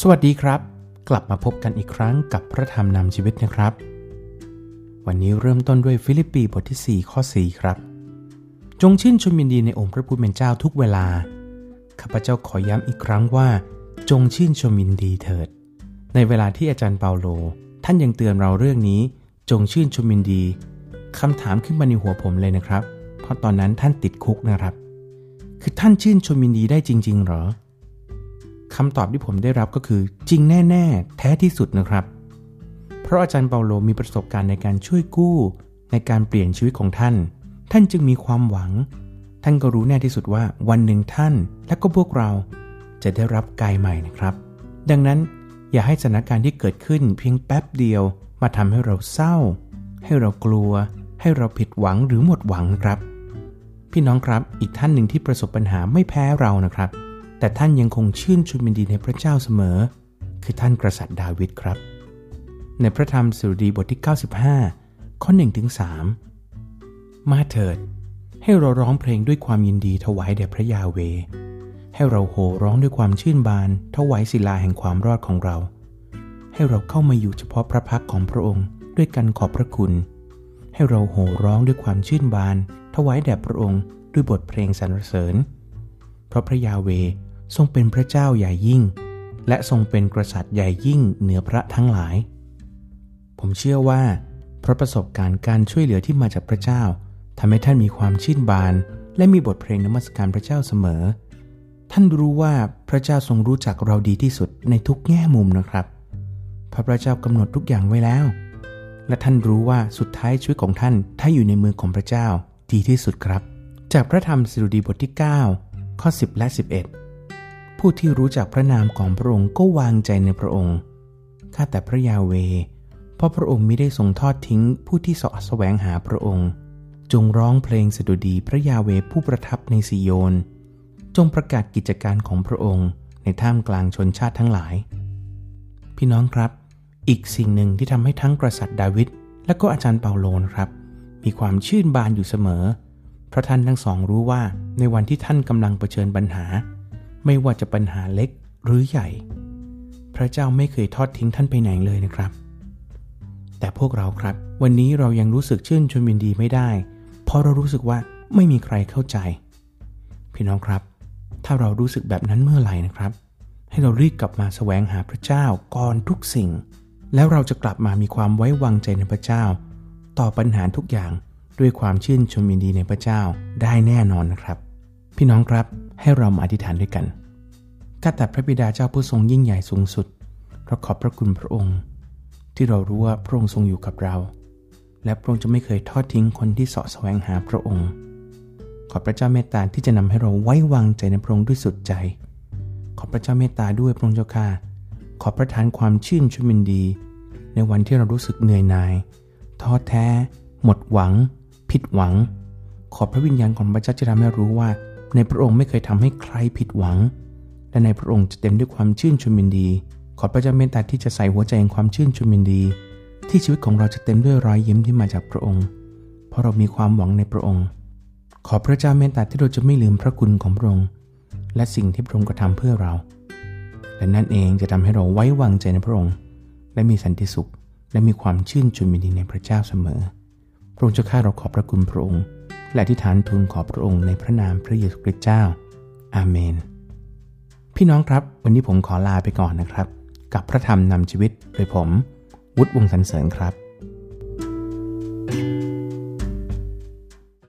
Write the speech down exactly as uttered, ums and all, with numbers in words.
สวัสดีครับกลับมาพบกันอีกครั้งกับพระธรรมนำชีวิตนะครับวันนี้เริ่มต้นด้วยฟิลิปปีบทที่สี่ข้อสี่ครับจงชื่นชมยินดีในองค์พระผู้เป็นเจ้าทุกเวลาข้าพเจ้าขอย้ำอีกครั้งว่าจงชื่นชมยินดีเถิดในเวลาที่อาจารย์เปาโลท่านยังเตือนเราเรื่องนี้จงชื่นชมยินดีคำถามขึ้นมาในหัวผมเลยนะครับเพราะตอนนั้นท่านติดคุกนะครับคือท่านชื่นชมยินดีได้จริงๆหรอคำตอบที่ผมได้รับก็คือจริงแน่ๆแท้ที่สุดนะครับเพราะอาจารย์เปาโลมีประสบการณ์ในการช่วยกู้ในการเปลี่ยนชีวิตของท่านท่านจึงมีความหวังท่านก็รู้แน่ที่สุดว่าวันหนึ่งท่านและก็พวกเราจะได้รับกายใหม่นะครับดังนั้นอย่าให้สถานการณ์ที่เกิดขึ้นเพียงแป๊บเดียวมาทำให้เราเศร้าให้เรากลัวให้เราผิดหวังหรือหมดหวังนะครับพี่น้องครับอีกท่านหนึ่งที่ประสบปัญหาไม่แพ้เรานะครับแต่ท่านยังคงชื่นชมยินดีในพระเจ้าเสมอคือท่านกษัตริย์ดาวิดครับในพระธรรมสดุดีบทที่เก้าสิบห้าข้อหนึ่งถึงสามมาเถิดให้เราร้องเพลงด้วยความยินดีถวายแด่พระยาเวห์ให้เราโห่ร้องด้วยความชื่นบานถวายศิลาแห่งความรอดของเราให้เราเข้ามาอยู่เฉพาะพระพักของพระองค์ด้วยกันขอบพระคุณให้เราโห่ร้องด้วยความชื่นบานถวายแด่พระองค์ด้วยบทเพลงสรรเสริญเพราะพระยาเวห์ทรงเป็นพระเจ้าใหญ่ยิ่งและทรงเป็นกษัตริย์ใหญ่ยิ่งเหนือพระทั้งหลายผมเชื่อว่าเพราะประสบการณ์การช่วยเหลือที่มาจากพระเจ้าทำให้ท่านมีความชื่นบานและมีบทเพลงนมัสการพระเจ้าเสมอท่านรู้ว่าพระเจ้าทรงรู้จักเราดีที่สุดในทุกแง่มุมนะครับเพราะพระเจ้ากำหนดทุกอย่างไว้แล้วและท่านรู้ว่าสุดท้ายชีวิตของท่านถ้าอยู่ในมือของพระเจ้าดีที่สุดครับจากพระธรรมสดุดีบทที่เก้าข้อสิบและสิบเอ็ดผู้ที่รู้จักพระนามของพระองค์ก็วางใจในพระองค์ข้าแต่พระยาเวห์เพราะพระองค์มิได้ทรงทอดทิ้งผู้ที่เสาะแสวงหาพระองค์จงร้องเพลงสดุดีพระยาเวห์ผู้ประทับในซิโยนจงประกาศกิจการของพระองค์ในท่ามกลางชนชาติทั้งหลายพี่น้องครับอีกสิ่งหนึ่งที่ทำให้ทั้งกษัตริย์ดาวิดและก็อาจารย์เปาโลนะครับมีความชื่นบานอยู่เสมอเพราะท่านทั้งสองรู้ว่าในวันที่ท่านกำลังเผชิญปัญหาไม่ว่าจะปัญหาเล็กหรือใหญ่พระเจ้าไม่เคยทอดทิ้งท่านไปไหนเลยนะครับแต่พวกเราครับวันนี้เรายังรู้สึกชื่นชมยินดีไม่ได้เพราะเรารู้สึกว่าไม่มีใครเข้าใจพี่น้องครับถ้าเรารู้สึกแบบนั้นเมื่อไหร่นะครับให้เรารีบกลับมาแสวงหาพระเจ้าก่อนทุกสิ่งแล้วเราจะกลับมามีความไว้วางใจในพระเจ้าต่อปัญหาทุกอย่างด้วยความชื่นชมยินดีในพระเจ้าได้แน่นอนนะครับพี่น้องครับให้เรามาอธิษฐานด้วยกันข้าแต่พระบิดาเจ้าผู้ทรงยิ่งใหญ่สูงสุดเราขอบพระคุณพระองค์ที่เรารู้ว่าพระองค์ทรงอยู่กับเราและพระองค์จะไม่เคยทอดทิ้งคนที่เสาะแสวงหาพระองค์ขอพระเจ้าเมตตาที่จะนำให้เราไว้วางใจในพระองค์ด้วยสุดใจขอพระเจ้าเมตตาด้วยพระองค์เจ้าข้าขอประทานความชื่นชมยินดีในวันที่เรารู้สึกเหนื่อยหน่ายท้อแท้หมดหวังผิดหวังขอพระวิญญาณของพระเจ้าจะทำให้รู้ว่าในพระองค์ไม่เคยทำให้ใครผิดหวังและในพระองค์จะเต็มด้วยความชื่นชมยินดีขอพระเจ้าเมตตาที่จะใส่หัวใจแห่งความชื่นชมยินดีที่ชีวิตของเราจะเต็มด้วยรอยยิ้มที่มาจากพระองค์เพราะเรามีความหวังในพระองค์ขอพระเจ้าเมตตาที่เราจะไม่ลืมพระคุณของพระองค์และสิ่งที่พระองค์กระทำเพื่อเราและนั่นเองจะทำให้เราไว้วางใจในพระองค์และมีสันติสุขและมีความชื่นชมยินดีในพระเจ้าเสมอพระองค์เจ้าข้าเราขอบพระคุณพระองค์และอธิษฐานทูลขอพระองค์ในพระนามพระเยซูคริสต์เจ้าอาเมนพี่น้องครับวันนี้ผมขอลาไปก่อนนะครับกับพระธรรมนำชีวิตโดยผมวุฒิวงศ์สรรเสริญครับ